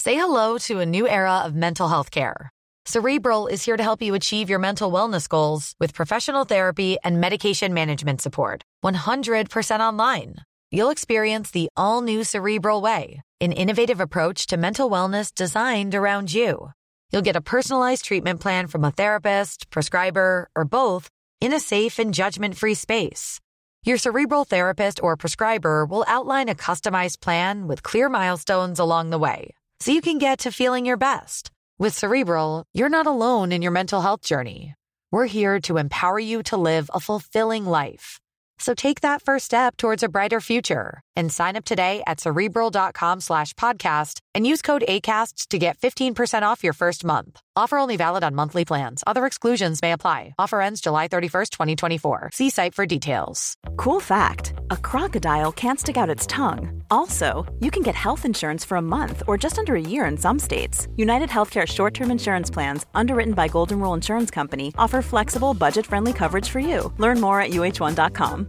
Say hello to a new era of mental health care. Cerebral is here to help you achieve your mental wellness goals with professional therapy and medication management support. 100% online. You'll experience the all-new Cerebral Way, an innovative approach to mental wellness designed around you. You'll get a personalized treatment plan from a therapist, prescriber, or both in a safe and judgment-free space. Your Cerebral therapist or prescriber will outline a customized plan with clear milestones along the way, so you can get to feeling your best. With Cerebral, you're not alone in your mental health journey. We're here to empower you to live a fulfilling life. So take that first step towards a brighter future and sign up today at Cerebral.com/podcast and use code ACAST to get 15% off your first month. Offer only valid on monthly plans. Other exclusions may apply. Offer ends July 31st, 2024. See site for details. Cool fact, a crocodile can't stick out its tongue. Also, you can get health insurance for a month or just under a year in some states. United Healthcare short-term insurance plans, underwritten by Golden Rule Insurance Company, offer flexible, budget-friendly coverage for you. Learn more at uh1.com.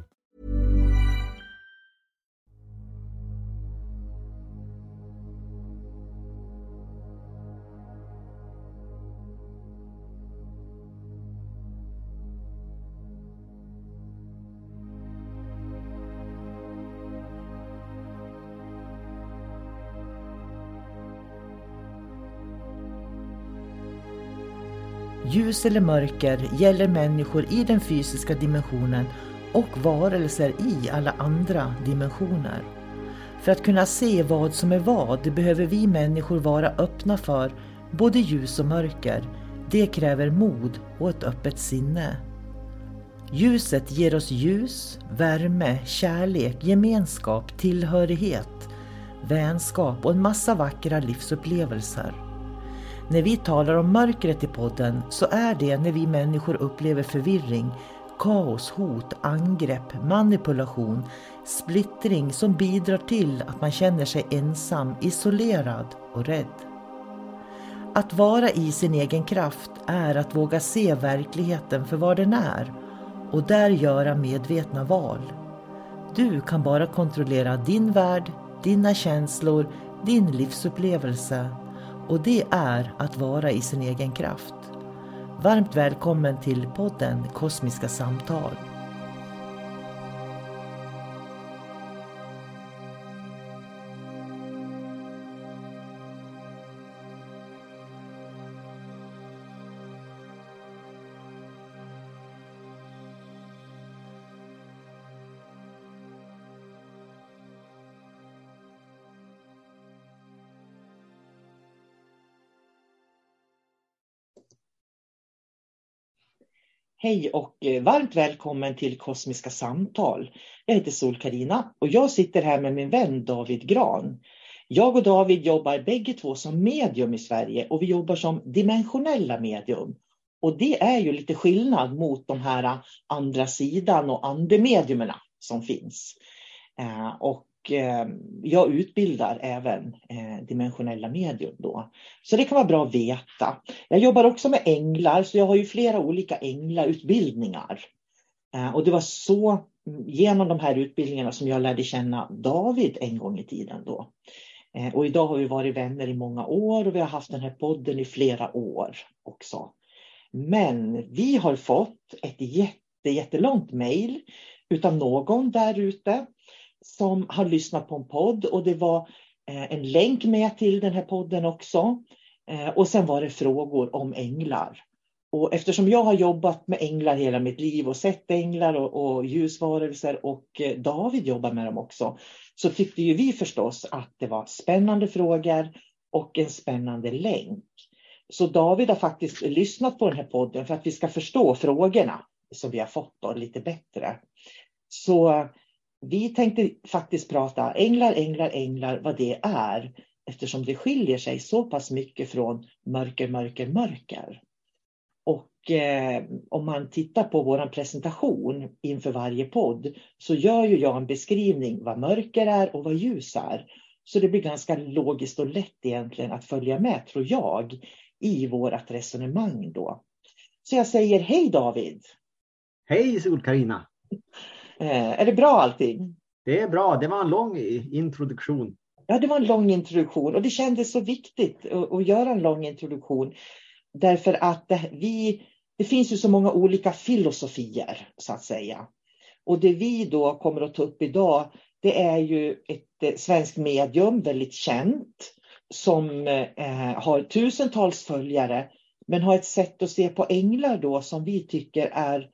Ljus eller mörker gäller människor i den fysiska dimensionen och varelser i alla andra dimensioner. För att kunna se vad som är vad behöver vi människor vara öppna för både ljus och mörker. Det kräver mod och ett öppet sinne. Ljuset ger oss ljus, värme, kärlek, gemenskap, tillhörighet, vänskap och en massa vackra livsupplevelser. När vi talar om mörkret i podden så är det när vi människor upplever förvirring, kaos, hot, angrepp, manipulation, splittring som bidrar till att man känner sig ensam, isolerad och rädd. Att vara i sin egen kraft är att våga se verkligheten för vad den är och där göra medvetna val. Du kan bara kontrollera din värld, dina känslor, din livsupplevelse. Och det är att vara i sin egen kraft. Varmt välkommen till podden Kosmiska samtal. Hej och varmt välkommen till Kosmiska samtal. Jag heter Sol-Carina och jag sitter här med min vän David Gran. Jag och David jobbar bägge två som medium i Sverige och vi jobbar som dimensionella medium. Och det är ju lite skillnad mot de här andra sidan och andemediumerna som finns. Jag utbildar även dimensionella medium då. Så det kan vara bra att veta. Jag jobbar också med änglar så jag har ju flera olika änglautbildningar. Och det var så genom de här utbildningarna som jag lärde känna David en gång i tiden då. Och idag har vi varit vänner i många år och vi har haft den här podden i flera år också. Men vi har fått ett jättelångt mejl utav någon där ute som har lyssnat på en podd och det var en länk med till den här podden också. Och sen var det frågor om änglar. Och eftersom jag har jobbat med änglar hela mitt liv och sett änglar och ljusvarelser och David jobbar med dem också, så tyckte ju vi förstås att det var spännande frågor och en spännande länk. Så David har faktiskt lyssnat på den här podden för att vi ska förstå frågorna som vi har fått då lite bättre. Så vi tänkte faktiskt prata änglar, vad det är. Eftersom det skiljer sig så pass mycket från mörker. Och om man tittar på vår presentation inför varje podd så gör ju jag en beskrivning vad mörker är och vad ljus är. Så det blir ganska logiskt och lätt egentligen att följa med, tror jag, i vårat resonemang då. Så jag säger hej David. Hej Sol-Carina. Är det bra allting? Det är bra, det var en lång introduktion. Ja, det var en lång introduktion och det kändes så viktigt att göra en lång introduktion. Därför att det finns ju så många olika filosofier så att säga. Och det vi då kommer att ta upp idag, det är ju ett svenskt medium, väldigt känt, som har tusentals följare, men har ett sätt att se på änglar då som vi tycker är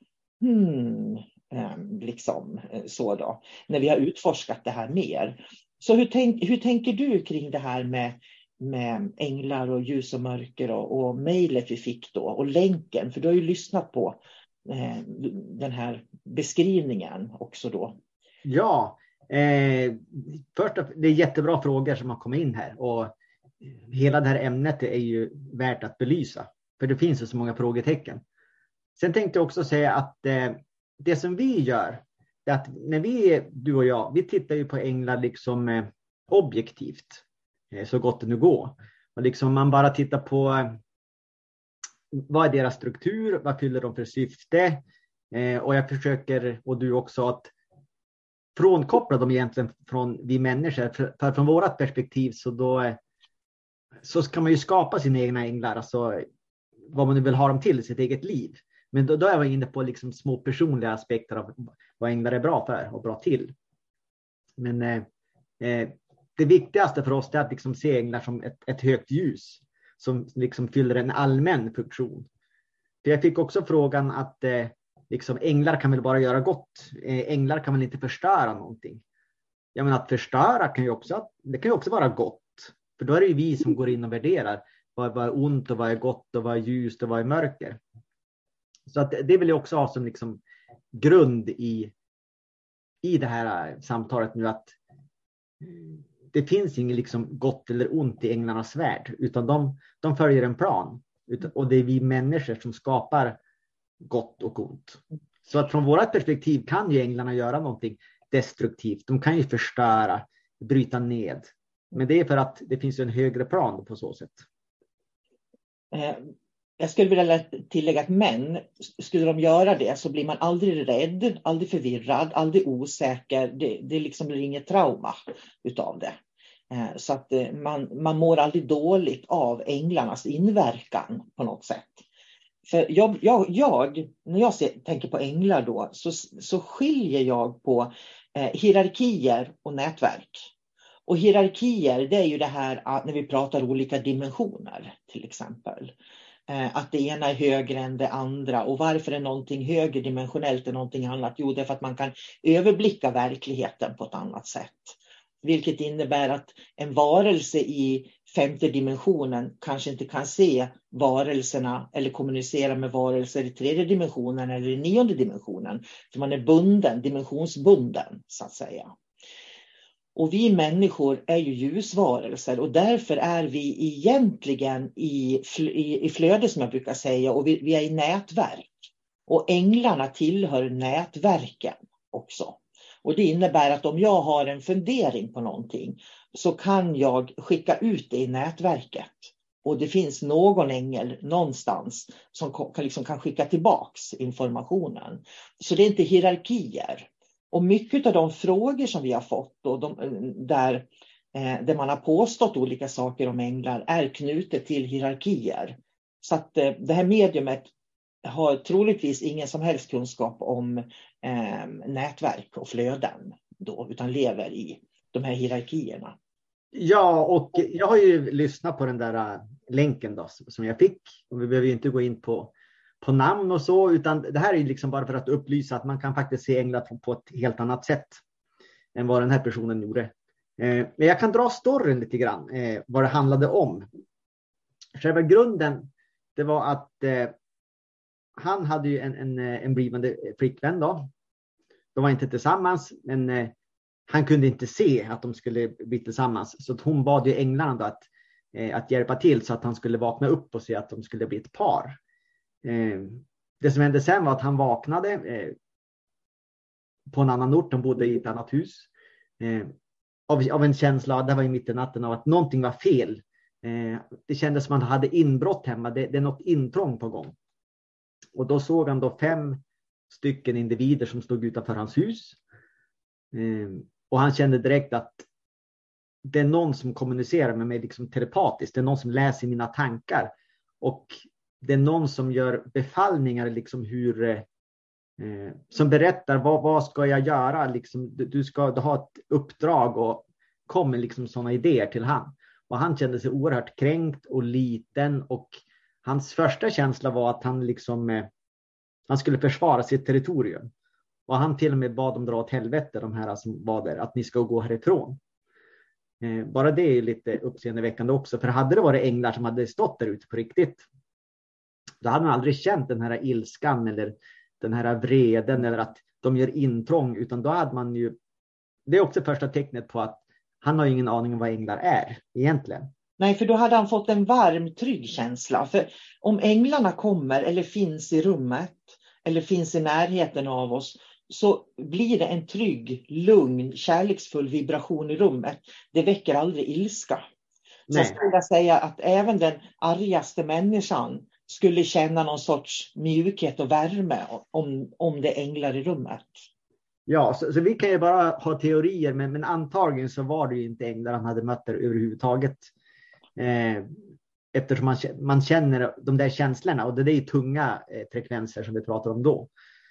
liksom så då, när vi har utforskat det här mer. Så hur tänker du kring det här med änglar och ljus och mörker och mejlet vi fick då och länken? För du har ju lyssnat på den här beskrivningen också då. Ja, först det är jättebra frågor som har kommit in här och hela det här ämnet är ju värt att belysa. För det finns ju så många frågetecken. Sen tänkte jag också säga att det som vi gör är att när du och jag, vi tittar ju på änglar liksom objektivt så gott det nu går. Och liksom man bara tittar på vad är deras struktur, vad fyller de för syfte. Och jag försöker, och du också, att frånkoppla dem egentligen från vi människor. För från vårat perspektiv så ska man ju skapa sina egna änglar, alltså vad man nu vill ha dem till, sitt eget liv. Men då är jag inne på liksom små personliga aspekter av vad änglar är bra för och bra till. Men det viktigaste för oss är att liksom se änglar som ett högt ljus som liksom fyller en allmän funktion. För jag fick också frågan att liksom änglar kan väl bara göra gott. Änglar kan väl inte förstöra någonting. Jag menar att förstöra kan ju också vara gott. För då är det ju vi som går in och värderar vad är ont och vad är gott och vad är ljust och vad är mörker. Så att det vill jag också ha som liksom grund i det här samtalet nu, att det finns inget liksom gott eller ont i änglarnas värld, utan de följer en plan. Och det är vi människor som skapar gott och ont. Så att från vårt perspektiv kan ju änglarna göra någonting destruktivt. De kan ju förstöra, bryta ned. Men det är för att det finns en högre plan på så sätt. Jag skulle vilja tillägga att skulle de göra det så blir man aldrig rädd, aldrig förvirrad, aldrig osäker. Det liksom blir inget trauma utav det. Så att man mår aldrig dåligt av änglarnas inverkan på något sätt. För när jag tänker på änglar då så skiljer jag på hierarkier och nätverk. Och hierarkier, det är ju det här när vi pratar olika dimensioner till exempel. Att det ena är högre än det andra. Och varför är någonting högerdimensionellt än någonting annat? Jo, det är för att man kan överblicka verkligheten på ett annat sätt. Vilket innebär att en varelse i 5:e dimensionen kanske inte kan se varelserna eller kommunicera med varelser i 3:e dimensionen eller i 9:e dimensionen. För man är dimensionsbunden så att säga. Och vi människor är ju ljusvarelser och därför är vi egentligen i flöde som jag brukar säga, och vi är i nätverk. Och änglarna tillhör nätverken också. Och det innebär att om jag har en fundering på någonting så kan jag skicka ut det i nätverket. Och det finns någon ängel någonstans som kan skicka tillbaks informationen. Så det är inte hierarkier. Och mycket av de frågor som vi har fått och där man har påstått olika saker om änglar är knutet till hierarkier. Så att det här mediumet har troligtvis ingen som helst kunskap om nätverk och flöden då, utan lever i de här hierarkierna. Ja, och jag har ju lyssnat på den där länken då, som jag fick. Och vi behöver ju inte gå in på namn och så, utan det här är liksom bara för att upplysa att man kan faktiskt se änglar på ett helt annat sätt än vad den här personen gjorde. Men jag kan dra storyn lite grann, vad det handlade om. Själva grunden, det var att han hade ju en blivande flickvän då. De var inte tillsammans, men han kunde inte se att de skulle bli tillsammans. Så hon bad ju änglarna då att hjälpa till så att han skulle vakna upp och se att de skulle bli ett par. Det som hände sen var att han vaknade på en annan ort. De bodde i ett annat hus. Av en känsla, det var i mitten av natten, av att någonting var fel. Det kändes som att han hade inbrott hemma. Det är något intrång på gång. Och då såg han då 5 stycken individer som stod utanför hans hus. Och han kände direkt att det är någon som kommunicerar med mig liksom telepatiskt. Det är någon som läser mina tankar. Och det är någon som gör befallningar liksom som berättar vad ska jag göra. Liksom, du har ett uppdrag och kommer liksom sådana idéer till han. Och han kände sig oerhört kränkt och liten. Och hans första känsla var att han skulle försvara sitt territorium. Och han till och med bad dem dra åt helvete, de här som var där, att ni ska gå härifrån. Bara det är lite uppseendeväckande också. För hade det varit änglar som hade stått där ute på riktigt, då hade man aldrig känt den här ilskan eller den här vreden eller att de gör intrång. Utan då hade man ju, det är också första tecknet på att han har ingen aning om vad änglar är egentligen. Nej, för då hade han fått en varm, trygg känsla. För om änglarna kommer eller finns i rummet eller finns i närheten av oss, så blir det en trygg, lugn, kärleksfull vibration i rummet. Det väcker aldrig ilska. Så jag skulle säga att även den argaste människan skulle känna någon sorts mjukhet och värme om det är änglar i rummet. Ja, så vi kan ju bara ha teorier, men antagligen så var det ju inte änglar han hade mött där överhuvudtaget. Eftersom man känner de där känslorna, och det är ju tunga frekvenser som vi pratar om då.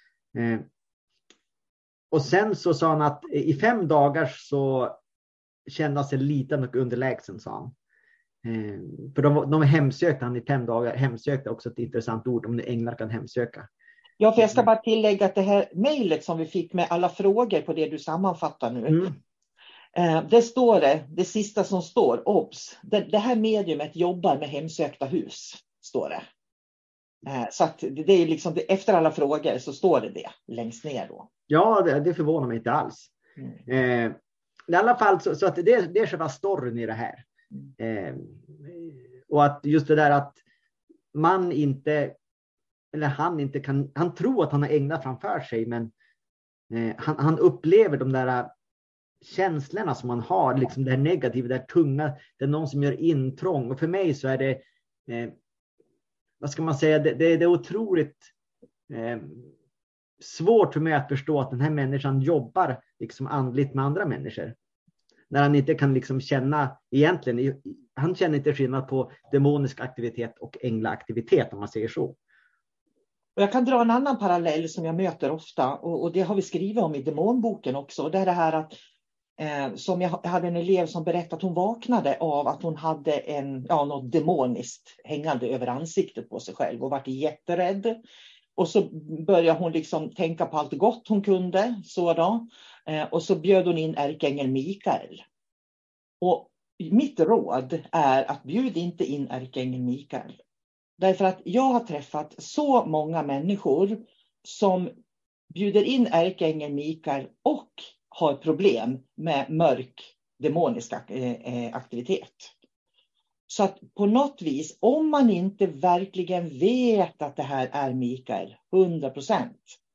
Och sen så sa han att i 5 dagar så kände han sig liten och underlägsen, sa han. För de hemsökte han i 5 dagar. Hemsökte också ett intressant ord, om änglar kan hemsöka. Ja, för jag ska bara tillägga att det här mejlet som vi fick med alla frågor på det du sammanfattar nu. Det står det sista som står, obs. Det här mediumet jobbar med hemsökta hus, står det. Så att det är liksom, efter alla frågor så står det längst ner då. Ja, det förvånar mig inte alls. I alla fall så att det är själva storyn i det här. Och att just det där att man inte, eller han inte kan, han tror att han har änglar framför sig, men han upplever de där känslorna som man har, liksom det här negativa, det här tunga, det är någon som gör intrång. Och för mig så är det vad ska man säga, det är otroligt svårt för mig att förstå att den här människan jobbar liksom andligt med andra människor. När han inte kan liksom känna egentligen, han känner inte skillnad på demonisk aktivitet och änglaaktivitet, om man säger så. Och jag kan dra en annan parallell som jag möter ofta, och det har vi skrivit om i demonboken också. Det är det här att som jag hade en elev som berättade att hon vaknade av att hon hade något demoniskt hängande över ansiktet på sig själv och var jätterädd. Och så började hon liksom tänka på allt gott hon kunde. Och så bjöd hon in ärkeängeln Mikael. Och mitt råd är att bjud inte in ärkeängeln Mikael. Därför att jag har träffat så många människor som bjuder in ärkeängeln Mikael och har problem med mörk demonisk aktivitet. Så att på något vis, om man inte verkligen vet att det här är Mikael, 100%.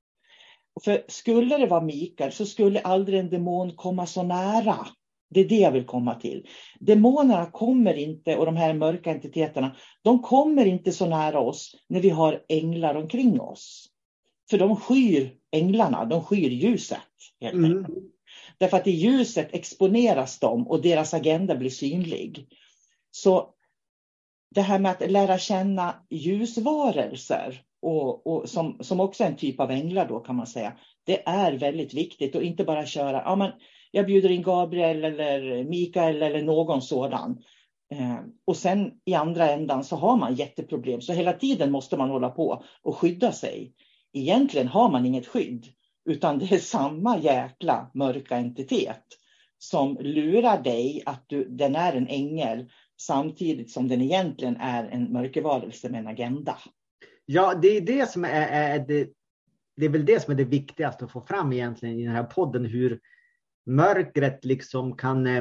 För skulle det vara Mikael så skulle aldrig en demon komma så nära. Det är det jag vill komma till. Demonerna kommer inte, och de här mörka entiteterna, de kommer inte så nära oss när vi har änglar omkring oss. För de skyr änglarna, de skyr ljuset helt enkelt. Därför att i ljuset exponeras de och deras agenda blir synlig. Så det här med att lära känna ljusvarelser och som också är en typ av änglar då, kan man säga. Det är väldigt viktigt, och inte bara köra, jag bjuder in Gabriel eller Mikael eller någon sådan. Och sen i andra ändan så har man jätteproblem. Så hela tiden måste man hålla på och skydda sig. Egentligen har man inget skydd, utan det är samma jäkla mörka entitet som lurar dig att den är en ängel, samtidigt som den egentligen är en mörkervarelse med en agenda. Ja, det är det som det är väl det som är det viktigaste att få fram egentligen i den här podden, hur mörkret liksom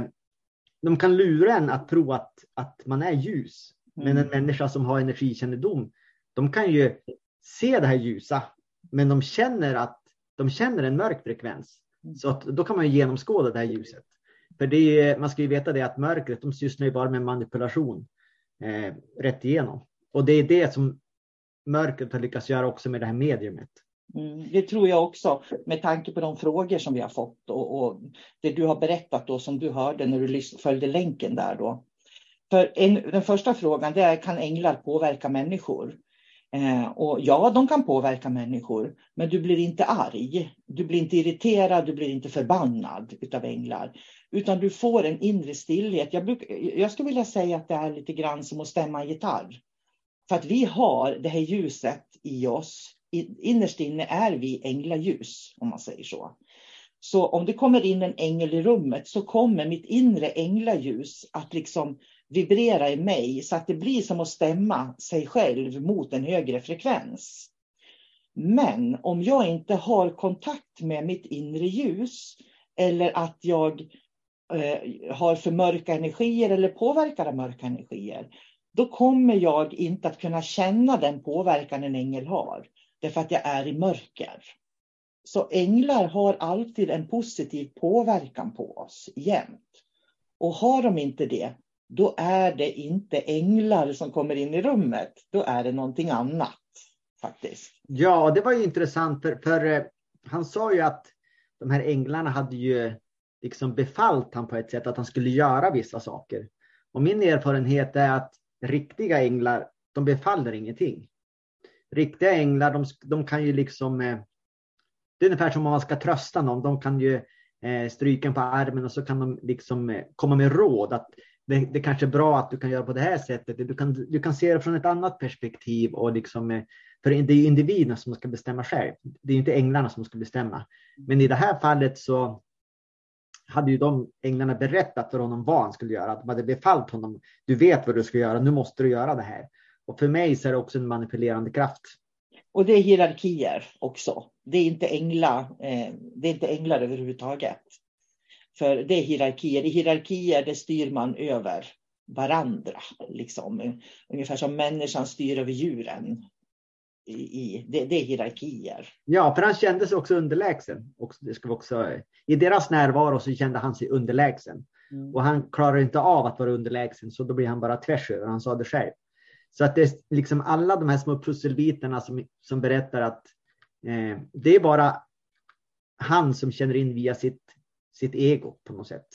de kan lura en att tro att man är ljus. Men en människa som har energikännedom, de kan ju se det här ljusa, men de känner en mörk frekvens. Så att då kan man ju genomskåda det här ljuset. För man ska ju veta det att mörkret, de sysslar ju bara med manipulation rätt igenom. Och det är det som mörkret har lyckats göra också med det här mediumet. Det tror jag också, med tanke på de frågor som vi har fått och det du har berättat då, som du hörde när du följde länken där då. För den första frågan, det är: kan änglar påverka människor? Och ja, de kan påverka människor, men du blir inte arg, du blir inte irriterad, du blir inte förbannad utav änglar, utan du får en inre stillhet. Jag skulle vilja säga att det är lite grann som att stämma en gitarr. För att vi har det här ljuset i oss, innerst inne är vi änglaljus, om man säger så. Så om det kommer in en ängel i rummet, så kommer mitt inre änglaljus att liksom vibrera i mig, så att det blir som att stämma sig själv mot en högre frekvens. Men om jag inte har kontakt med mitt inre ljus, eller att jag har för mörka energier eller påverkar av mörka energier, då kommer jag inte att kunna känna den påverkan en ängel har. Därför att jag är i mörker. Så änglar har alltid en positiv påverkan på oss jämt. Och har de inte det, då är det inte änglar som kommer in i rummet. Då är det någonting annat faktiskt. Ja, det var ju intressant. För han sa ju att de här änglarna hade ju liksom befallt han på ett sätt att han skulle göra vissa saker. Och min erfarenhet är att riktiga änglar, de befaller ingenting. Riktiga änglar, de kan ju liksom, det är ungefär som om man ska trösta någon. De kan ju stryka en på armen och så kan de liksom komma med råd. Att det kanske är bra att du kan göra på det här sättet. Du kan se det från ett annat perspektiv. Och liksom, för det är ju individen som ska bestämma själv. Det är inte änglarna som ska bestämma. Men i det här fallet så hade ju de änglarna berättat för honom vad han skulle göra. Att de hade befallt honom. Du vet vad du ska göra, nu måste du göra det här. Och för mig så är det också en manipulerande kraft. Och det är hierarkier också. Det är inte änglar överhuvudtaget. För det är hierarkier. I hierarkier det styr man över varandra. Liksom. Ungefär som människan styr över djuren. Det är hierarkier. Ja, för han kände sig också underlägsen. Och det ska också, i deras närvaro så kände han sig underlägsen. Och han klarar inte av att vara underlägsen. Så då blir han bara tvärs över. Han sa det själv. Så att det är liksom alla de här små pusselbitarna som berättar att det är bara han som känner in via sitt ego på något sätt.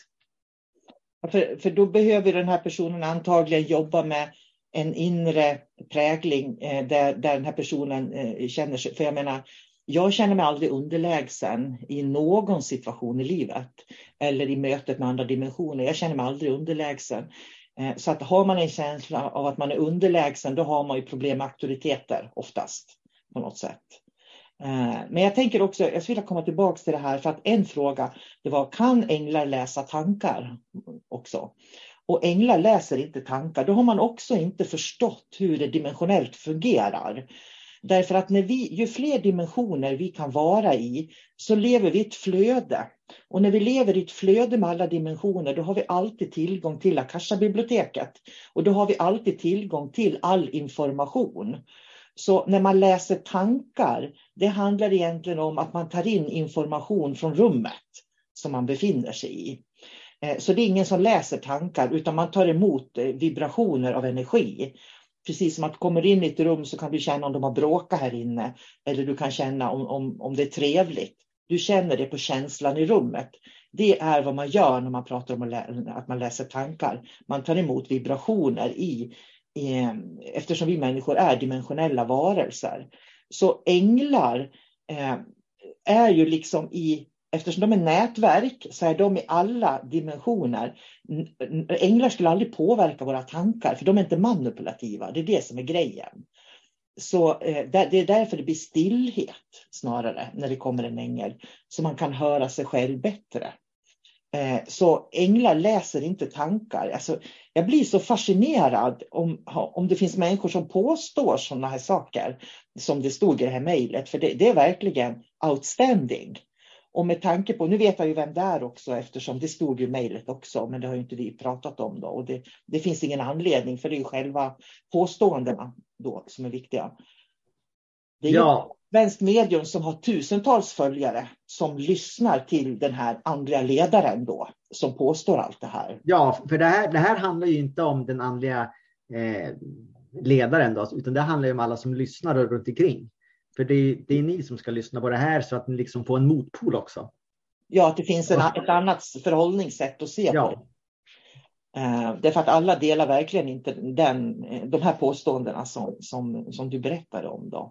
För då behöver den här personen antagligen jobba med en inre prägling där den här personen känner sig. För jag menar, jag känner mig aldrig underlägsen i någon situation i livet. Eller i mötet med andra dimensioner. Jag känner mig aldrig underlägsen. Så att har man en känsla av att man är underlägsen, då har man ju problem med auktoriteter oftast på något sätt. Men jag tänker också, jag skulle vilja komma tillbaka till det här, för att en fråga det var: kan änglar läsa tankar också? Och änglar läser inte tankar, då har man också inte förstått hur det dimensionellt fungerar. Därför att ju fler dimensioner vi kan vara i, så lever vi i ett flöde. Och när vi lever i ett flöde med alla dimensioner, då har vi alltid tillgång till Akasha-biblioteket. Och då har vi alltid tillgång till all information. Så när man läser tankar, det handlar egentligen om att man tar in information från rummet som man befinner sig i. Så det är ingen som läser tankar, utan man tar emot vibrationer av energi. Precis som att du kommer in i ett rum, så kan du känna om de har bråkat här inne. Eller du kan känna om det är trevligt. Du känner det på känslan i rummet. Det är vad man gör när man pratar om att man läser tankar. Man tar emot vibrationer eftersom vi människor är dimensionella varelser. Så änglar är ju liksom eftersom de är nätverk, så är de i alla dimensioner. Änglar skulle aldrig påverka våra tankar, för de är inte manipulativa. Det är det som är grejen. Så det är därför det blir stillhet snarare när det kommer en ängel. Så man kan höra sig själv bättre. Så änglar läser inte tankar. Alltså, jag blir så fascinerad om det finns människor som påstår sådana här saker. Som det stod i det här mejlet. För det är verkligen outstanding. Och med tanke på, nu vet jag ju vem det är också, eftersom det stod i mejlet också, men det har ju inte vi pratat om då. Och det finns ingen anledning, för det är ju själva påståendena då som är viktiga. Det är ju ett svenskt medium som har tusentals följare som lyssnar till den här andliga ledaren då, som påstår allt det här. Ja, för det här handlar ju inte om den andliga ledaren då, utan det handlar ju om alla som lyssnar runt omkring. För det är ni som ska lyssna på det här så att ni liksom får en motpol också. Ja, att det finns ett annat förhållningssätt att se på det. Därför att alla delar verkligen inte de här påståendena som du berättade om då.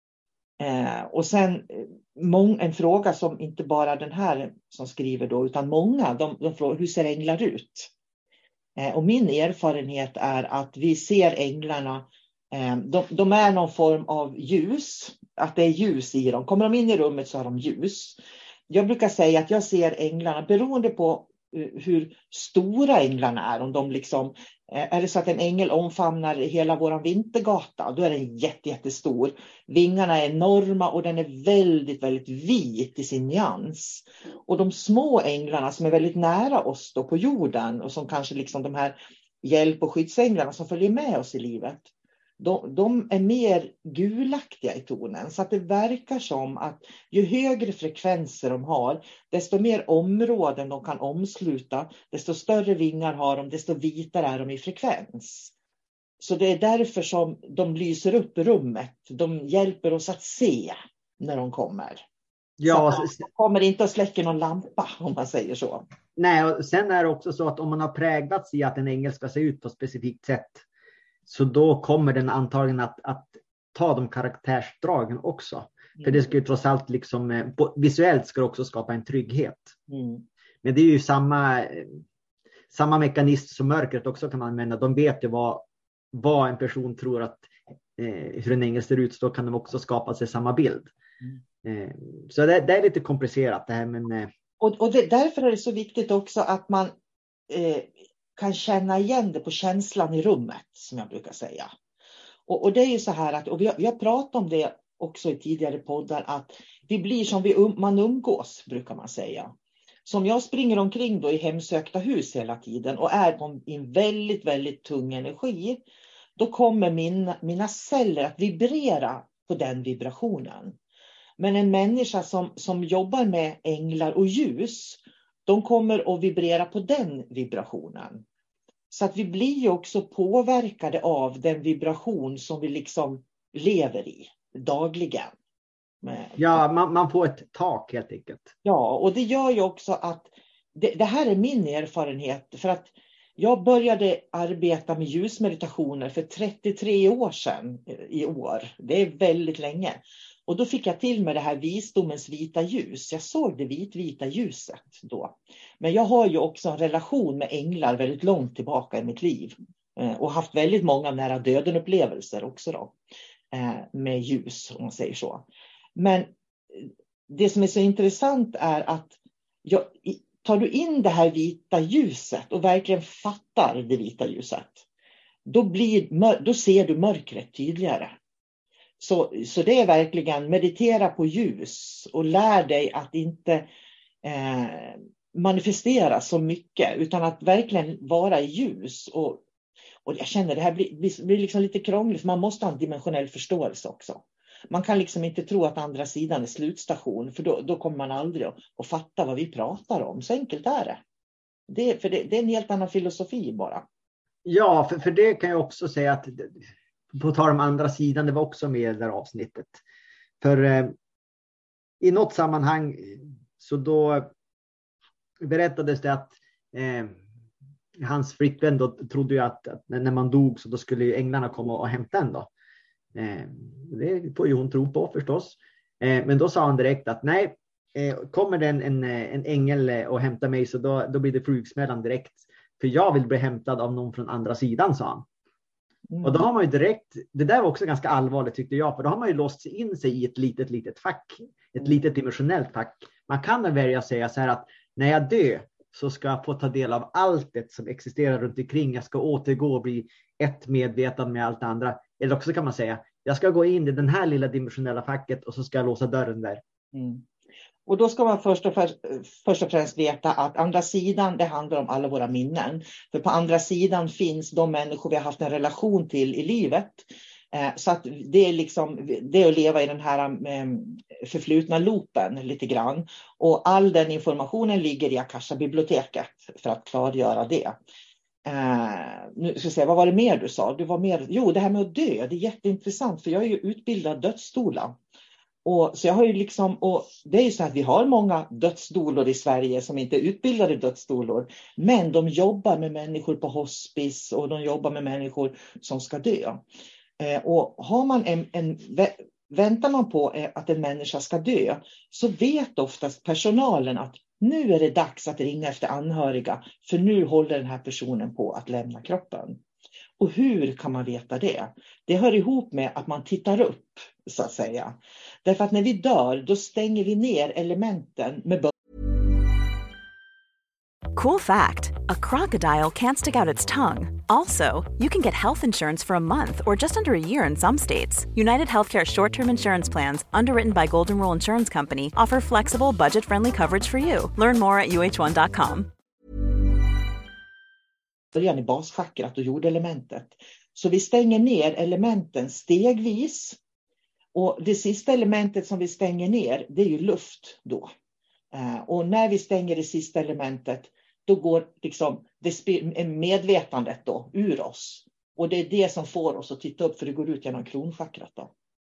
Och sen en fråga som inte bara den här som skriver då, utan många, de frågar hur ser änglar ut? Och min erfarenhet är att vi ser änglarna, de är någon form av ljus, att det är ljus i dem. Kommer de in i rummet så har de ljus. Jag brukar säga att jag ser änglarna beroende på hur stora änglarna är. Om de liksom, är det så att en ängel omfamnar hela våran vintergata, då är den jättestor. Vingarna är enorma och den är väldigt, väldigt vit i sin nyans. Och de små änglarna som är väldigt nära oss då på jorden och som kanske liksom de här hjälp- och skyddsänglarna som följer med oss i livet, de är mer gulaktiga i tonen, så att det verkar som att ju högre frekvenser de har, desto mer områden de kan omsluta, desto större vingar har de, desto vitare är de i frekvens. Så det är därför som de lyser upp rummet. De hjälper oss att se när de kommer. Ja, så de kommer inte att släcka någon lampa, om man säger så. Nej, och sen är det också så att om man har präglats i att en ängel ska se ut på ett specifikt sätt, så då kommer den antagligen att ta de karaktärsdragen också. För det ska ju trots allt liksom, visuellt ska det också skapa en trygghet. Men det är ju samma mekanism som mörkret också kan man använda. De vet ju vad en person tror att hur en ängel ser ut, så då kan de också skapa sig samma bild. Så det är lite komplicerat det här. Men, och därför är det så viktigt också att man kan känna igen det på känslan i rummet, som jag brukar säga. Och det är ju så här att, och vi har pratat om det också i tidigare poddar, att vi blir som man umgås, brukar man säga. Som jag springer omkring då i hemsökta hus hela tiden och är i en väldigt, väldigt tung energi, då kommer mina celler att vibrera på den vibrationen. Men en människa som jobbar med änglar och ljus, de kommer att vibrera på den vibrationen. Så att vi blir ju också påverkade av den vibration som vi liksom lever i dagligen. Ja, man får ett tak helt enkelt. Ja, och det gör ju också att det här är min erfarenhet. För att jag började arbeta med ljusmeditationer för 33 år sedan i år. Det är väldigt länge. Och då fick jag till med det här visdomens vita ljus. Jag såg det vita ljuset då. Men jag har ju också en relation med änglar väldigt långt tillbaka i mitt liv. Och haft väldigt många nära döden upplevelser också då. Med ljus, om man säger så. Men det som är så intressant är att tar du in det här vita ljuset och verkligen fattar det vita ljuset, då ser du mörkret tydligare. Så det är verkligen meditera på ljus och lär dig att inte manifestera så mycket, utan att verkligen vara i ljus. Och jag känner det här blir liksom lite krångligt, för man måste ha en dimensionell förståelse också. Man kan liksom inte tro att andra sidan är slutstation, för då kommer man aldrig att fatta vad vi pratar om. Så enkelt är det. Det är en helt annan filosofi bara. Ja, för det kan jag också säga att på tal om andra sidan, det var också med i det där avsnittet. För i något sammanhang så då berättades det att hans flickvän då trodde ju att när man dog så då skulle ju änglarna komma och hämta en då. Det får ju hon tro på förstås. Men då sa han direkt att nej, kommer det en ängel och hämtar mig så då blir det flugsmällan direkt. För jag vill bli hämtad av någon från andra sidan, sa han. Och då har man ju direkt, det där var också ganska allvarligt tyckte jag, för då har man ju låst in sig i ett litet fack, ett litet dimensionellt fack. Man kan väl välja att säga så här att när jag dör så ska jag få ta del av allt det som existerar runt omkring. Jag ska återgå och bli ett medvetande med allt det andra. Eller också kan man säga, jag ska gå in i den här lilla dimensionella facket och så ska jag låsa dörren där. Och då ska man först och främst veta att andra sidan, det handlar om alla våra minnen. För på andra sidan finns de människor vi har haft en relation till i livet. Så att det är liksom, det är att leva i den här förflutna loopen lite grann. Och all den informationen ligger i Akasha-biblioteket för att klargöra det. Nu ska jag säga, vad var det mer du sa? Det här med att dö, det är jätteintressant, för jag är ju utbildad dödsdoula. Så jag har ju liksom, och det är ju så att vi har många dödsdoulor i Sverige som inte är utbildade dödsdoulor, men de jobbar med människor på hospice och de jobbar med människor som ska dö. Och har man väntar man på att en människa ska dö, så vet oftast personalen att nu är det dags att ringa efter anhöriga, för nu håller den här personen på att lämna kroppen. Och hur kan man veta det? Det hör ihop med att man tittar upp, så att säga. Därför att när vi dör, då stänger vi ner elementen med Cool fact, a crocodile can't stick out its tongue. Also, you can get health insurance for a month or just under a year in some states. United Healthcare short-term insurance plans, underwritten by Golden Rule Insurance Company, offer flexible, budget-friendly coverage for you. Learn more at uh1.com. början i baschakrat och jordelementet. Så vi stänger ner elementen stegvis. Och det sista elementet som vi stänger ner, det är ju luft då. Och när vi stänger det sista elementet, då går liksom medvetandet då ur oss. Och det är det som får oss att titta upp, för det går ut genom kronchakrat då.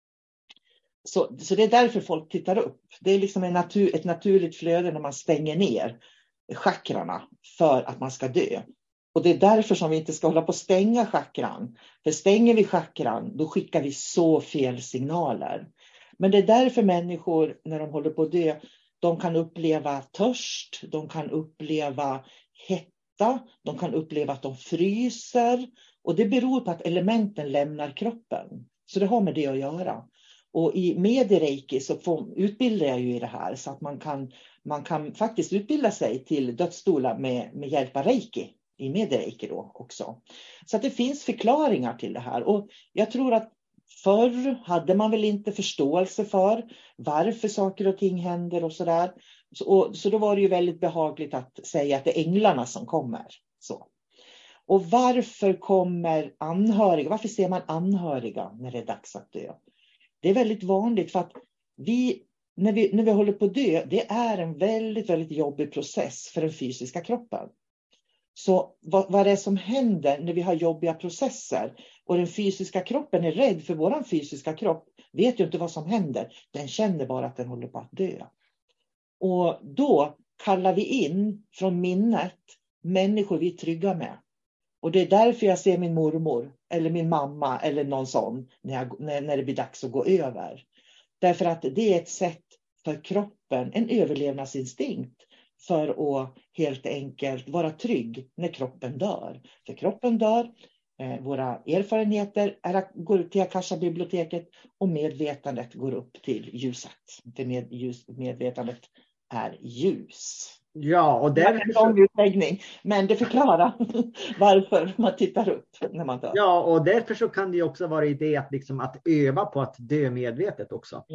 Så det är därför folk tittar upp. Det är liksom ett naturligt flöde när man stänger ner chakrarna för att man ska dö. Och det är därför som vi inte ska hålla på att stänga chakran. För stänger vi chakran, då skickar vi så fel signaler. Men det är därför människor, när de håller på att dö, de kan uppleva törst, de kan uppleva hetta, de kan uppleva att de fryser. Och det beror på att elementen lämnar kroppen. Så det har med det att göra. Och i Medireiki så utbildar jag ju i det här, så att man kan faktiskt utbilda sig till dödsdoula med hjälp av reiki. I Medireiki då också. Så att det finns förklaringar till det här. Och jag tror att förr hade man väl inte förståelse för varför saker och ting händer och sådär. Så då var det ju väldigt behagligt att säga att det är änglarna som kommer. Så. Och varför kommer anhöriga? Varför ser man anhöriga när det är dags att dö? Det är väldigt vanligt, för att när vi håller på att dö, det är en väldigt, väldigt jobbig process för den fysiska kroppen. Så vad det är som händer när vi har jobbiga processer och den fysiska kroppen är rädd för våran fysiska kropp, vet ju inte vad som händer. Den känner bara att den håller på att dö. Och då kallar vi in från minnet människor vi är trygga med. Och det är därför jag ser min mormor eller min mamma eller någon sån när det blir dags att gå över. Därför att det är ett sätt för kroppen, en överlevnadsinstinkt, för att helt enkelt vara trygg när kroppen dör. För kroppen dör, våra erfarenheter går ut till Akasha-biblioteket och medvetandet går upp till ljuset. För medvetandet är ljus. Ja, och det är en lång utläggning, men det förklarar varför man tittar upp när man dör. Ja, och därför så kan det också vara idé att öva på att dö medvetet också.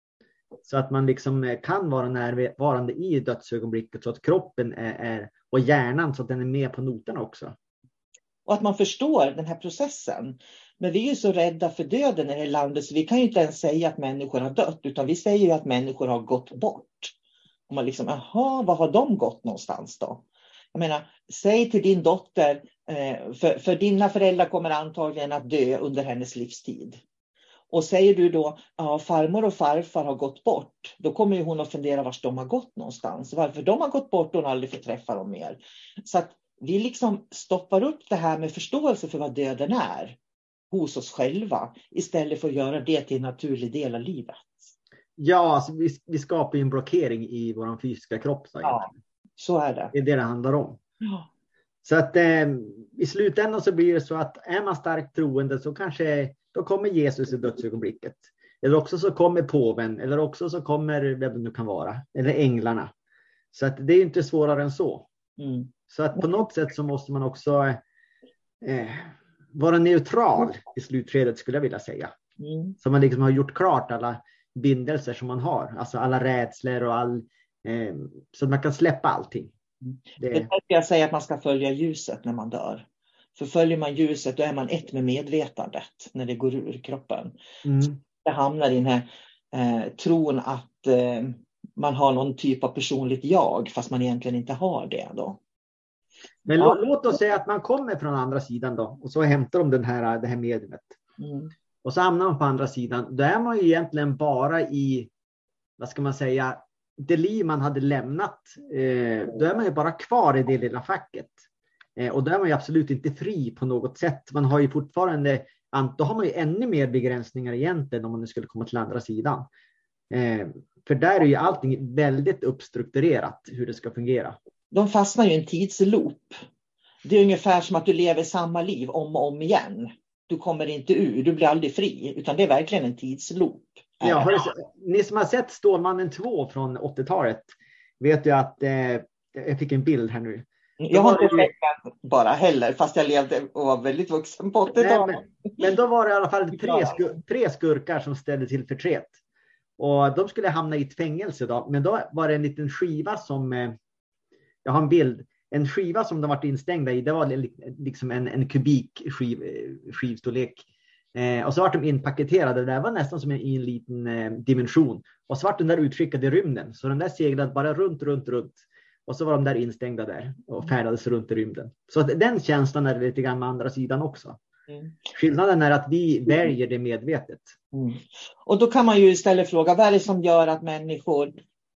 Så att man liksom kan vara närvarande i dödsögonblicket, så att kroppen är och hjärnan, så att den är med på noterna också. Och att man förstår den här processen. Men vi är ju så rädda för döden i det här landet, så vi kan ju inte ens säga att människor har dött, utan vi säger ju att människor har gått bort. Och man liksom, jaha, vad har de gått någonstans då? Jag menar, säg till din dotter, för dina föräldrar kommer antagligen att dö under hennes livstid. Och säger du då, ja, farmor och farfar har gått bort, då kommer ju hon att fundera var de har gått någonstans. Varför de har gått bort och hon aldrig får träffa dem mer. Så att vi liksom stoppar upp det här med förståelse för vad döden är hos oss själva, istället för att göra det till en naturlig del av livet. Ja, alltså vi skapar ju en blockering i vår fysiska kropp. Ja, så är det. Det är det handlar om. Ja. Så att i slutändan så blir det så att är man starkt troende, så kanske då kommer Jesus i dödsögonblicket. Eller också så kommer påven, eller också så kommer vem det nu kan vara, eller änglarna. Så att det är inte svårare än så. Mm. Så att på något sätt så måste man också vara neutral i slutskedet, skulle jag vilja säga. Mm. Så man liksom har gjort klart alla bindelser som man har. Alltså alla rädslor och så att man kan släppa allting. Det är därför jag säger att man ska följa ljuset när man dör. För följer man ljuset, då är man ett med medvetandet när det går ur kroppen. Mm. Så det hamnar i den här tron att man har någon typ av personligt jag, fast man egentligen inte har det då. Men låt oss säga att man kommer från andra sidan då, och så hämtar de det här mediumet. Mm. Och så hamnar man på andra sidan. Då är man ju egentligen bara i, vad ska man säga, det liv man hade lämnat. Då är man ju bara kvar i det lilla facket. Och då är man ju absolut inte fri på något sätt. Man har ju fortfarande, då har man ju ännu mer begränsningar egentligen om man nu skulle komma till andra sidan. För där är ju allting väldigt uppstrukturerat hur det ska fungera. De fastnar ju i en tidsloop. Det är ungefär som att du lever samma liv om och om igen. Du kommer inte ur, du blir aldrig fri. Utan det är verkligen en tidsloop. Ja, ni som har sett Stålmannen 2 från 80-talet vet ju att jag fick en bild här nu. Jag har inte sett den bara heller, fast jag levde och var väldigt vuxen på 80-talet. Men då var det i alla fall tre skurkar som ställde till förtret. Och de skulle hamna i ett fängelse då. Men då var det en liten skiva som, jag har en bild, en skiva som de varit instängda i. Det var liksom en kubik skivstorlek. Och så var de inpaketerade. Det var nästan som i en liten dimension. Och så var den där utskickad i rymden. Så den där seglade bara runt. Och så var de där instängda där och färdades runt i rymden. Så den känslan är lite grann med andra sidan också. Skillnaden är att vi väljer det medvetet. Och då kan man ju istället fråga, vad är det som gör att människor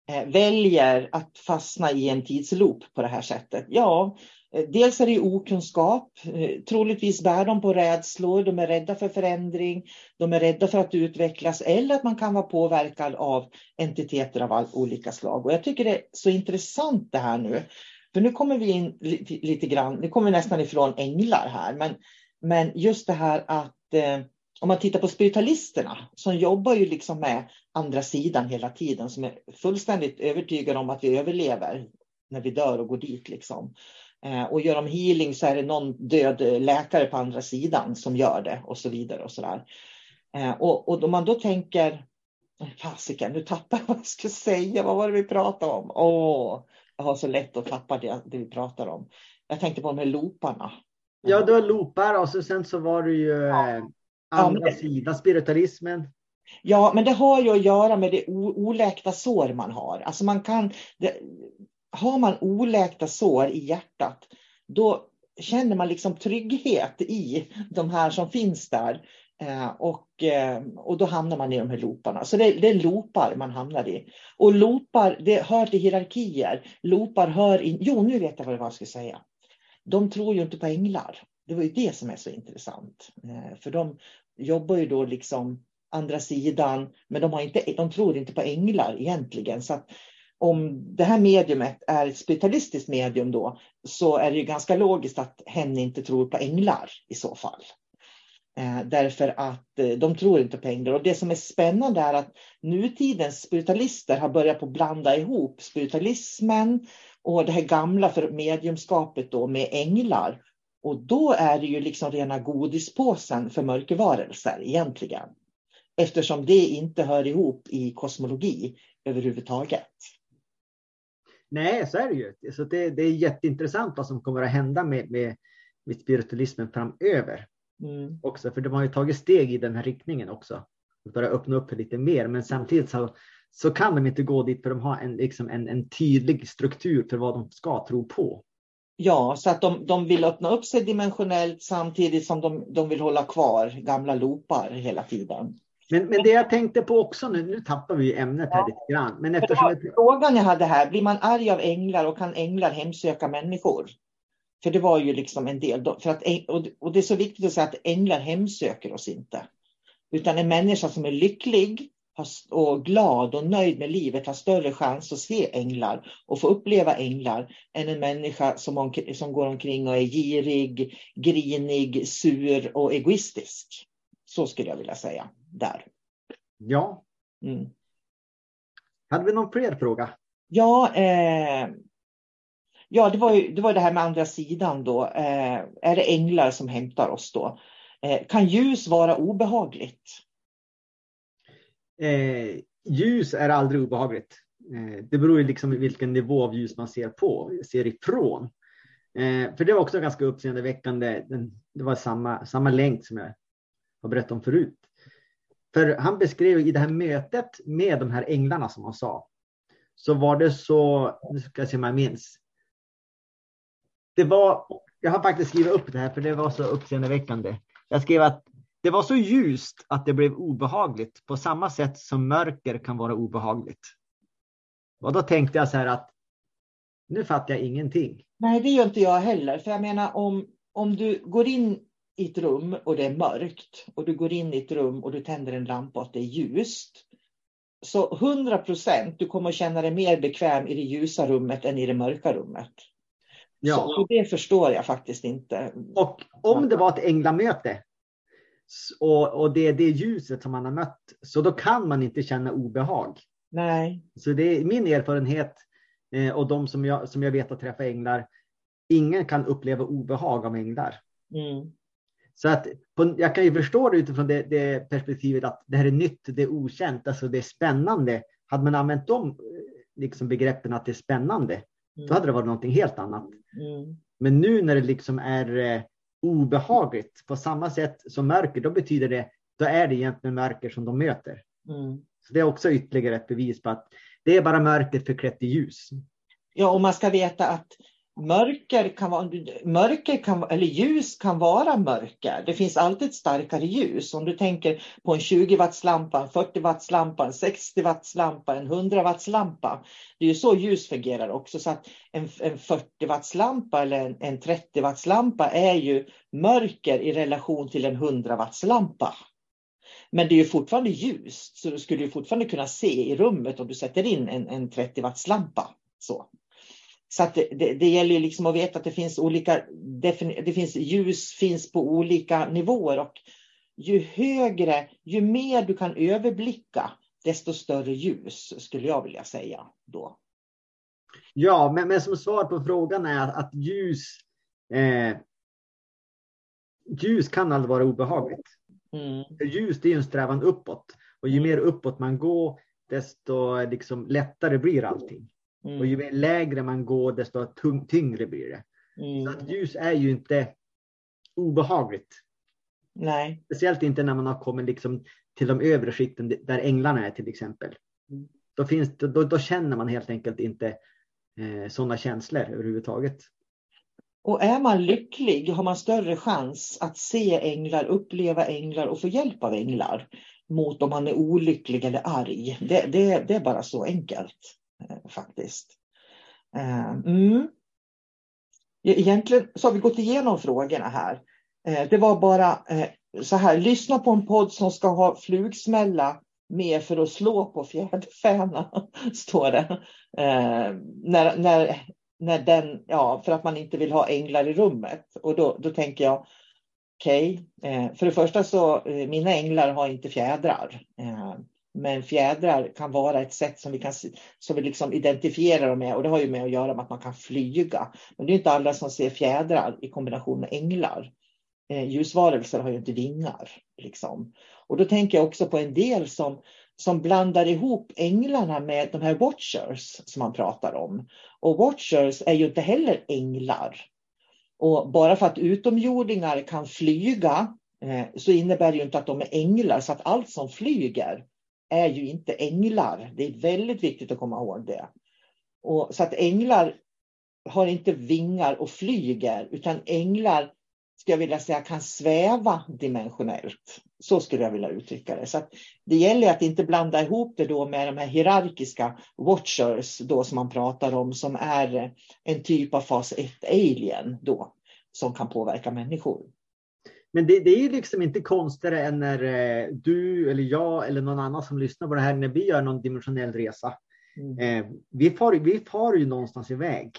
väljer att fastna i en tidsloop på det här sättet? Ja, dels är det ju okunskap. Troligtvis bär de på rädslor. De är rädda för förändring. De är rädda för att utvecklas. Eller att man kan vara påverkad av entiteter av olika slag. Och jag tycker det är så intressant det här nu. För nu kommer vi in lite grann. Nu kommer vi nästan ifrån änglar här. Men just det här att om man tittar på spiritualisterna som jobbar ju liksom med andra sidan hela tiden. Som är fullständigt övertygade om att vi överlever när vi dör och går dit liksom. Och gör de healing så är det någon död läkare på andra sidan som gör det och så vidare och sådär. Och då man då tänker, fasiken, nu tappar jag vad jag skulle säga, vad var det vi pratade om? Jag har så lätt att tappa det vi pratar om. Jag tänkte på de här looparna. Ja, du har loopar och sen så var det ju andra sidan, spiritualismen. Ja, men det har ju att göra med det oläkta sår man har. Alltså man kan... Har man oläkta sår i hjärtat, då känner man liksom trygghet i de här som finns där. Och då hamnar man i de här looparna. Så det är loopar man hamnar i. Och loopar, det hör till hierarkier. Loopar hör in... Jo, nu vet jag vad jag ska säga. De tror ju inte på änglar. Det var ju det som är så intressant. För de jobbar ju då liksom andra sidan. Men de tror inte på änglar egentligen. Så att om det här mediumet är ett spiritualistiskt medium då, så är det ju ganska logiskt att hen inte tror på änglar i så fall. Därför att de tror inte på änglar. Och det som är spännande är att nutidens spiritualister har börjat på att blanda ihop spiritualismen och det här gamla för mediumskapet då med änglar. Och då är det ju liksom rena godispåsen för mörkervarelser egentligen. Eftersom det inte hör ihop i kosmologi överhuvudtaget. Nej, så är det ju. Så det är jätteintressant vad som kommer att hända med spiritualismen framöver. Också, för de har ju tagit steg i den här riktningen också. Att bara öppna upp lite mer. Men samtidigt så kan de inte gå dit för de har en tydlig struktur för vad de ska tro på. Ja, så att de vill öppna upp sig dimensionellt samtidigt som de vill hålla kvar gamla loopar hela tiden. Men det jag tänkte på också nu tappar vi ämnet här lite grann. Men eftersom frågan jag hade här, blir man arg av änglar och kan änglar hemsöka människor? För det var ju liksom en del. För att, och det är så viktigt att säga att änglar hemsöker oss inte. Utan en människa som är lycklig och glad och nöjd med livet har större chans att se änglar och få uppleva änglar än en människa som går omkring och är girig, grinig, sur och egoistisk. Så skulle jag vilja säga där. Ja. Hade vi någon fler fråga? Ja, det var det här med andra sidan då. Är det änglar som hämtar oss då? Kan ljus vara obehagligt? Ljus är aldrig obehagligt. Det beror ju liksom vilken nivå av ljus man ser ifrån. För det var också ganska uppseendeväckande. Det var samma längd som jag har berättat om förut. För han beskrev i det här mötet med de här änglarna som han sa. Så var det så, nu ska jag se om jag minns. Jag har faktiskt skrivit upp det här för det var så uppseendeväckande. Jag skrev att det var så ljust att det blev obehagligt på samma sätt som mörker kan vara obehagligt. Och då tänkte jag så här att nu fattar jag ingenting. Nej, det gör inte jag heller. För jag menar om du går in i ett rum och det är mörkt och du går in i ett rum och du tänder en lampa och det är ljust. Så 100% du kommer att känna dig mer bekväm i det ljusa rummet än i det mörka rummet. Ja. Så det förstår jag faktiskt inte. Och om det var ett änglamöte och det är det ljuset som man har mött, så då kan man inte känna obehag. Nej. Så det är min erfarenhet och de som jag vet att träffa änglar. Ingen kan uppleva obehag av änglar. Mm. Så att jag kan ju förstå det utifrån det perspektivet att det här är nytt, det är okänt, alltså det är spännande. Hade man använt de liksom begreppen att det är spännande, då hade det varit någonting helt annat. Mm. Men nu när det liksom är obehagligt på samma sätt som mörker, då betyder det, då är det egentligen mörker som de möter. Mm. Så det är också ytterligare ett bevis på att det är bara mörker förklätt i ljus. Ja, och man ska veta att ljus kan vara mörker. Det finns alltid ett starkare ljus. Om du tänker på en 20 watts lampa, en 40 watts lampa, en 60 watts lampa, en 100 watts lampa. Det är ju så ljus fungerar också. Så att en 40 watts lampa eller en 30 watts lampa är ju mörker i relation till en 100 watts lampa. Men det är ju fortfarande ljust. Så du skulle ju fortfarande kunna se i rummet om du sätter in en 30 watts lampa. Så att det gäller ju liksom att veta att det finns olika, det finns ljus finns på olika nivåer, och ju mer du kan överblicka, desto större ljus skulle jag vilja säga då. Ja, men som svar på frågan är att ljus kan aldrig vara obehagligt. För ljus, det är ju en strävan uppåt, och ju mer uppåt man går, desto liksom lättare blir allting. Och ju mer lägre man går, desto tyngre blir det. Så att ljus är ju inte obehagligt. Nej. Speciellt inte när man har kommit liksom till de övre skikten där änglarna är till exempel. Då känner man helt enkelt inte sådana känslor överhuvudtaget. Och är man lycklig har man större chans att se änglar, uppleva änglar och få hjälp av änglar. Mot om man är olycklig eller arg. Det är bara så enkelt. Faktiskt. Egentligen så har vi gått igenom frågorna här. Det var bara så här, lyssna på en podd som ska ha flugsmälla med för att slå på fjäderfäna, står det. När den, ja, för att man inte vill ha änglar i rummet. Och då tänker jag, okej, för det första så mina änglar har inte fjädrar. Men fjädrar kan vara ett sätt som vi liksom identifierar dem med. Och det har ju med att göra med att man kan flyga. Men det är inte alla som ser fjädrar i kombination med änglar. Ljusvarelser har ju inte vingar. Liksom. Och då tänker jag också på en del som blandar ihop änglarna med de här watchers som man pratar om. Och watchers är ju inte heller änglar. Och bara för att utomjordingar kan flyga så innebär det ju inte att de är änglar. Så att allt som flyger är ju inte änglar. Det är väldigt viktigt att komma ihåg det. Och så att änglar har inte vingar och flyger, utan änglar, ska jag vilja säga, kan sväva dimensionellt. Så skulle jag vilja uttrycka det. Så att det gäller att inte blanda ihop det då med de här hierarkiska watchers då som man pratar om, som är en typ av fas 1 alien då, som kan påverka människor. Men det är ju liksom inte konstigare än när du eller jag eller någon annan som lyssnar på det här, när vi gör någon dimensionell resa. Vi far ju någonstans iväg.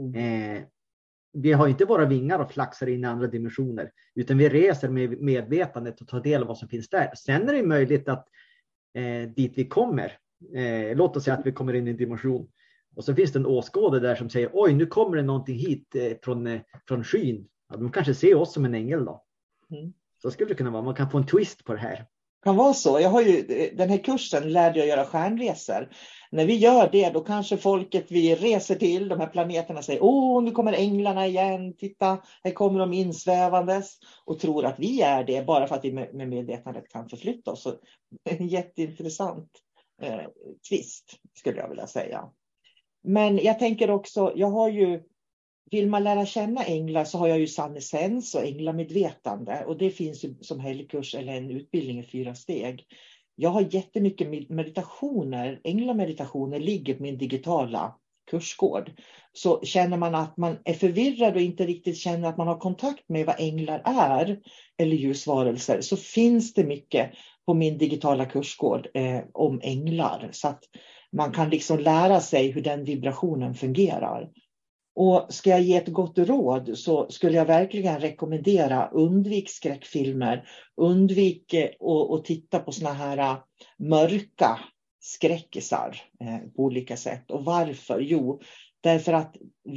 Vi har inte våra vingar och flaxar in i andra dimensioner, utan vi reser med medvetandet och tar del av vad som finns där. Sen är det möjligt att dit vi kommer, låt oss säga att vi kommer in i en dimension, och så finns det en åskådare där som säger, oj, nu kommer det någonting hit från skyn. Ja, de kanske ser oss som en ängel då. Så skulle det kunna vara. Man kan få en twist på det här. Kan vara så. Jag har ju den här kursen lärde jag göra stjärnresor. När vi gör det, då kanske folket vi reser till de här planeterna säger, nu kommer änglarna igen, titta, här kommer de insvävandes, och tror att vi är det bara för att vi med medvetandet kan förflytta oss. Så en jätteintressant twist skulle jag vilja säga. Men jag tänker också, jag har ju vill man lära känna änglar så har jag ju sannessens och änglamedvetande. Och det finns ju som helgkurs eller en utbildning i 4 steg. Jag har jättemycket meditationer. Änglameditationer ligger på min digitala kursgård. Så känner man att man är förvirrad och inte riktigt känner att man har kontakt med vad änglar är eller ljusvarelser, så finns det mycket på min digitala kursgård om änglar. Så att man kan liksom lära sig hur den vibrationen fungerar. Och ska jag ge ett gott råd så skulle jag verkligen rekommendera undvik skräckfilmer. Undvik att titta på såna här mörka skräckisar på olika sätt. Och varför? Jo, därför att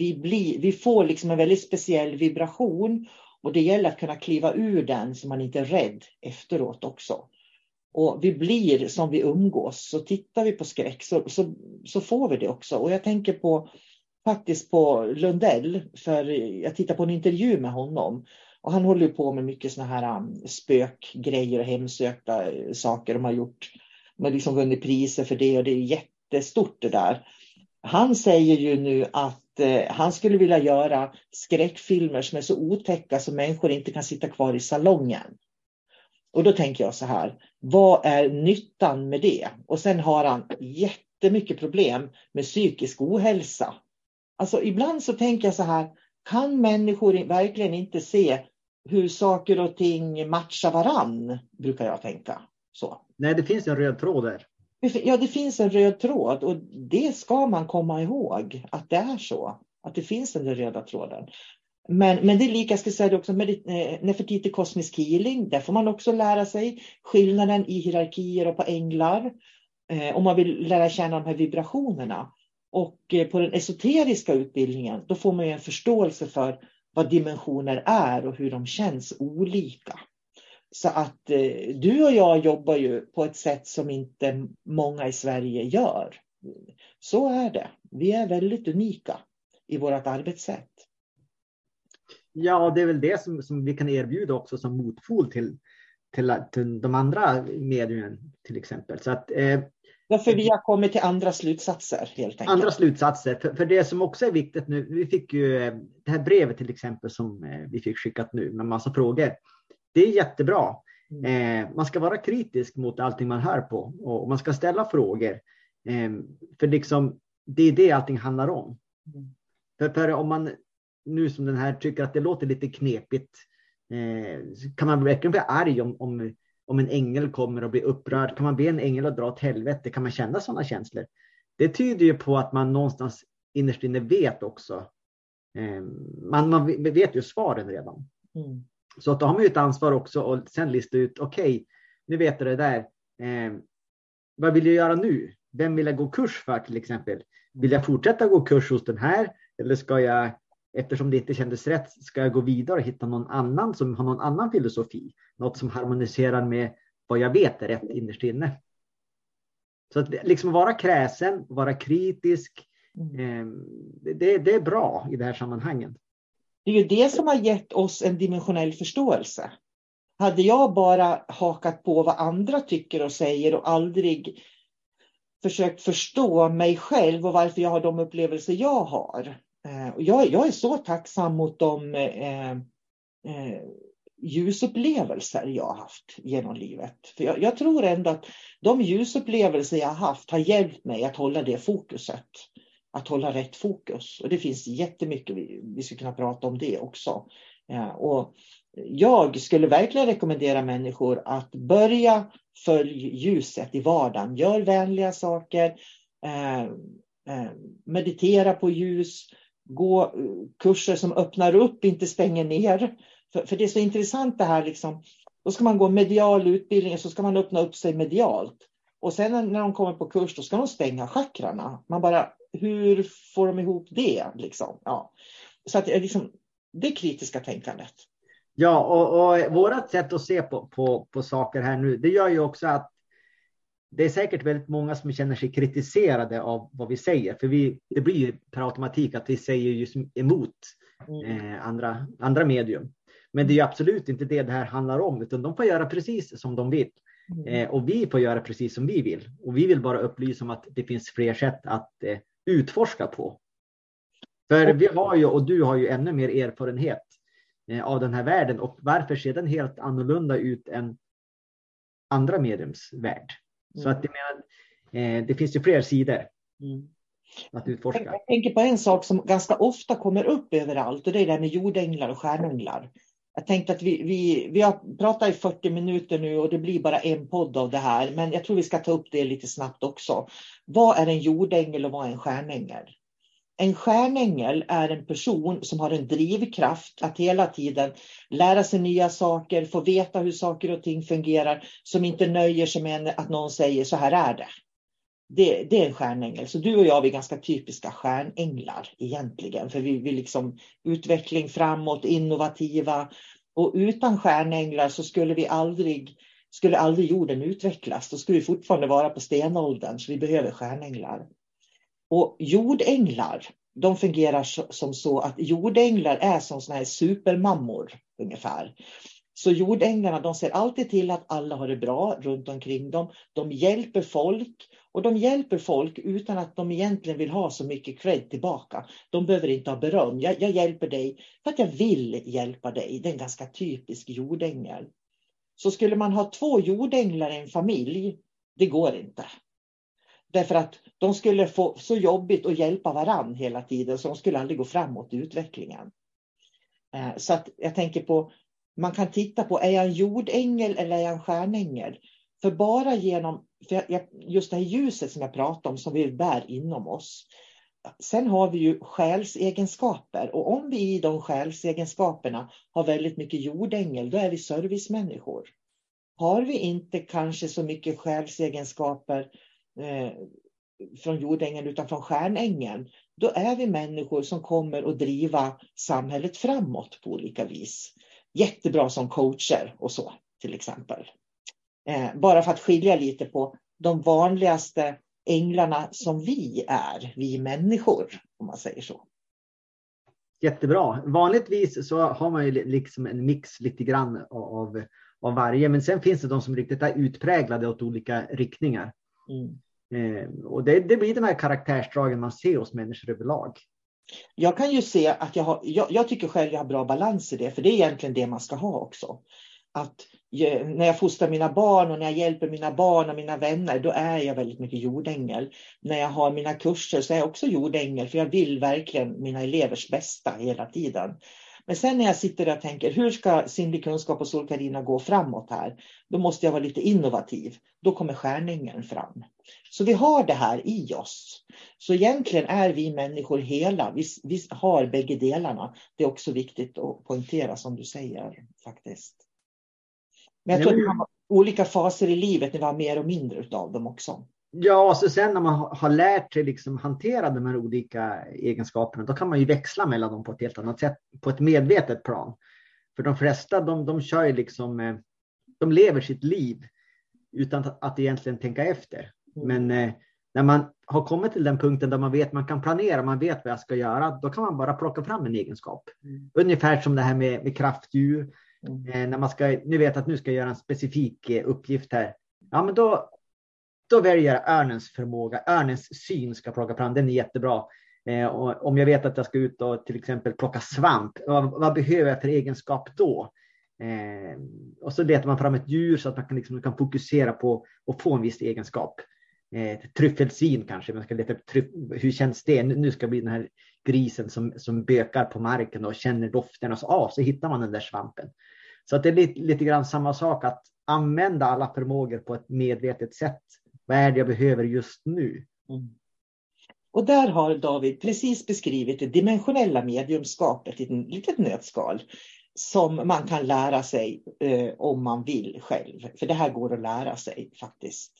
vi får liksom en väldigt speciell vibration. Och det gäller att kunna kliva ur den så man inte är rädd efteråt också. Och vi blir som vi umgås. Så tittar vi på skräck så får vi det också. Och jag tänker faktiskt på Lundell, för jag tittar på en intervju med honom och han håller på med mycket såna här spökgrejer och hemsökta saker de har gjort. De har liksom vunnit priser för det och det är jättestort det där. Han säger ju nu att han skulle vilja göra skräckfilmer som är så otäcka så människor inte kan sitta kvar i salongen. Och då tänker jag så här, vad är nyttan med det? Och sen har han jättemycket problem med psykisk ohälsa. Alltså ibland så tänker jag så här, kan människor verkligen inte se hur saker och ting matchar varann, brukar jag tänka. Så. Nej, det finns en röd tråd där. Ja, det finns en röd tråd och det ska man komma ihåg, att det är så. Att det finns den röda tråden. Men det är lika, ska jag säga det också, Nefertiti kosmisk healing, där får man också lära sig skillnaden i hierarkier och på änglar. Om man vill lära känna de här vibrationerna. Och på den esoteriska utbildningen, då får man ju en förståelse för vad dimensioner är och hur de känns olika. Så att du och jag jobbar ju på ett sätt som inte många i Sverige gör. Så är det. Vi är väldigt unika i vårt arbetssätt. Ja, det är väl det som vi kan erbjuda också som motpol till de andra medierna till exempel. Så att, därför vi har kommit till andra slutsatser helt enkelt. Andra slutsatser. För det som också är viktigt nu, vi fick ju det här brevet till exempel som vi fick skickat nu med massa frågor. Det är jättebra. Man ska vara kritisk mot allting man hör på och man ska ställa frågor. För liksom, det är det allting handlar om. För om man nu som den här tycker att det låter lite knepigt, kan man verkligen bli arg om en ängel kommer och blir upprörd? Kan man be en ängel att dra åt helvete? Kan man känna sådana känslor? Det tyder ju på att man någonstans innerst inne vet också. Man vet ju svaren redan. Så att då har man ju ett ansvar också och sen lista ut, okej, nu vet du det där. Vad vill jag göra nu? Vem vill jag gå kurs för till exempel? Vill jag fortsätta gå kurs hos den här? Eller ska jag, eftersom det inte kändes rätt, ska jag gå vidare och hitta någon annan som har någon annan filosofi? Något som harmoniserar med vad jag vet är rätt innerst inne. Så att liksom vara kräsen, vara kritisk, det är bra i det här sammanhanget. Det är ju det som har gett oss en dimensionell förståelse. Hade jag bara hakat på vad andra tycker och säger och aldrig försökt förstå mig själv och varför jag har de upplevelser jag har. Jag är så tacksam mot de ljusupplevelser jag har haft genom livet. För jag tror ändå att de ljusupplevelser jag har haft har hjälpt mig att hålla det fokuset. Att hålla rätt fokus. Och det finns jättemycket vi ska kunna prata om det också. Och jag skulle verkligen rekommendera människor att börja följa ljuset i vardagen. Gör vänliga saker. Meditera på ljus. Gå kurser som öppnar upp, inte stänger ner. För det är så intressant det här liksom. Då ska man gå medial utbildning, så ska man öppna upp sig medialt. Och sen när de kommer på kurs, då ska de stänga chakrarna. Man bara, hur får de ihop det liksom? Ja. Så att liksom, det är kritiska tänkandet. Ja, och vårat sätt att se på saker här nu, det gör ju också att det är säkert väldigt många som känner sig kritiserade av vad vi säger. För det blir ju per automatik att vi säger just emot andra medium. Men det är ju absolut inte det här handlar om, utan de får göra precis som de vill. Och vi får göra precis som vi vill. Och vi vill bara upplysa om att det finns fler sätt att utforska på. För vi har ju, och du har ju ännu mer erfarenhet av den här världen. Och varför ser den helt annorlunda ut än andra mediumsvärld? Så att det finns ju fler sidor att utforska. Jag tänker på en sak som ganska ofta kommer upp överallt, och det är det med jordänglar och stjärnänglar. Jag tänkte att vi har pratat i 40 minuter nu och det blir bara en podd av det här. Men jag tror vi ska ta upp det lite snabbt också. Vad är en jordängel och vad är en stjärnängel? En stjärnängel är en person som har en drivkraft att hela tiden lära sig nya saker, få veta hur saker och ting fungerar, som inte nöjer sig med att någon säger så här är det. Det är en stjärnängel. Så du och jag är ganska typiska stjärnänglar egentligen. För vi vill liksom utveckling framåt, innovativa. Och utan stjärnänglar så skulle aldrig jorden utvecklas. Då skulle vi fortfarande vara på stenåldern. Så vi behöver stjärnänglar. Och jordänglar, de fungerar som så att jordänglar är som såna här supermammor ungefär. Så jordänglarna, de ser alltid till att alla har det bra runt omkring dem. De hjälper folk. Och de hjälper folk utan att de egentligen vill ha så mycket cred tillbaka. De behöver inte ha beröm. Jag hjälper dig för att jag vill hjälpa dig. Det är en ganska typisk jordängel. Så skulle man ha 2 jordänglar i en familj, det går inte. Därför att de skulle få så jobbigt att hjälpa varann hela tiden, så de skulle aldrig gå framåt i utvecklingen. Så att jag tänker på, man kan titta på, är jag en jordängel eller är jag en stjärnängel? För bara genom just det här ljuset som jag pratar om, som vi bär inom oss. Sen har vi ju själsegenskaper, och om vi i de själsegenskaperna har väldigt mycket jordängel, då är vi servicemänniskor. Har vi inte kanske så mycket själsegenskaper från jordängeln utan från stjärnängeln, då är vi människor som kommer att driva samhället framåt på olika vis. Jättebra som coacher och så till exempel. Bara för att skilja lite på de vanligaste änglarna som vi människor, om man säger så. Jättebra. Vanligtvis så har man ju liksom en mix lite grann av varje, men sen finns det de som riktigt är utpräglade åt olika riktningar. Och det blir de här karaktärsdragen man ser hos människor överlag. Jag kan ju se att jag tycker själv jag har bra balans i det, för det är egentligen det man ska ha också. Att när jag fostrar mina barn och när jag hjälper mina barn och mina vänner, då är jag väldigt mycket jordängel. När jag har mina kurser så är jag också jordängel, för jag vill verkligen mina elevers bästa hela tiden. Men sen när jag sitter där och tänker, hur ska sinnlig kunskap och Solkarina gå framåt här? Då måste jag vara lite innovativ. Då kommer stjärnängeln fram. Så vi har det här i oss. Så egentligen är vi människor hela. Vi har bägge delarna. Det är också viktigt att poängtera, som du säger faktiskt. Men jag tror att det kan vara olika faser i livet när vi har mer och mindre av dem också. Ja, så sen när man har lärt sig liksom hantera de här olika egenskaperna, då kan man ju växla mellan dem på ett helt annat sätt, på ett medvetet plan. För de flesta, de kör ju liksom, de lever sitt liv utan att egentligen tänka efter. Men när man har kommit till den punkten där man vet, man kan planera, man vet vad jag ska göra, då kan man bara plocka fram en egenskap. Ungefär som det här med kraftdjur. När man nu vet att nu ska jag göra en specifik uppgift här. Ja, men då väljer jag örnens förmåga. Örnens syn ska plocka fram. Den är jättebra. Och om jag vet att jag ska ut och till exempel plocka svamp. Vad behöver jag för egenskap då? Och så letar man fram ett djur så att man kan fokusera på att få en viss egenskap. Tryffelsvin kanske. Man ska leta upp hur känns det? Nu ska det bli den här grisen som bökar på marken och känner doften. Och så hittar man den där svampen. Så att det är lite grann samma sak, att använda alla förmågor på ett medvetet sätt. Vad är det jag behöver just nu? Och där har David precis beskrivit det dimensionella mediumskapet i ett litet nötskal. Som man kan lära sig om man vill själv. För det här går att lära sig faktiskt.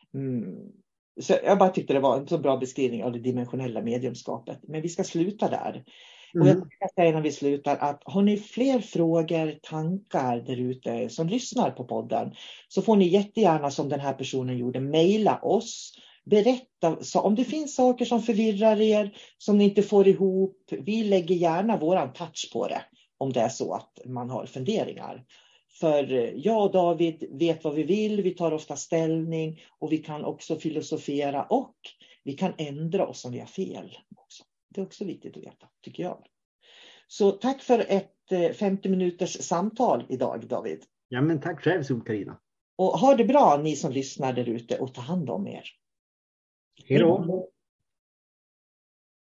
Så jag bara tyckte det var en så bra beskrivning av det dimensionella mediumskapet. Men vi ska sluta där. Och jag ska säga när vi slutar att har ni fler frågor, tankar där ute som lyssnar på podden, så får ni jättegärna, som den här personen gjorde, mejla oss. Berätta så om det finns saker som förvirrar er, som ni inte får ihop. Vi lägger gärna våran touch på det om det är så att man har funderingar. För jag och David vet vad vi vill, vi tar ofta ställning och vi kan också filosofera och vi kan ändra oss om vi har fel också. Det är också viktigt att veta, tycker jag. Så tack för ett 50 minuters samtal idag, David. Ja, men tack själv, Sol-Carina. Och ha det bra, ni som lyssnar där ute, och ta hand om er. Hej då.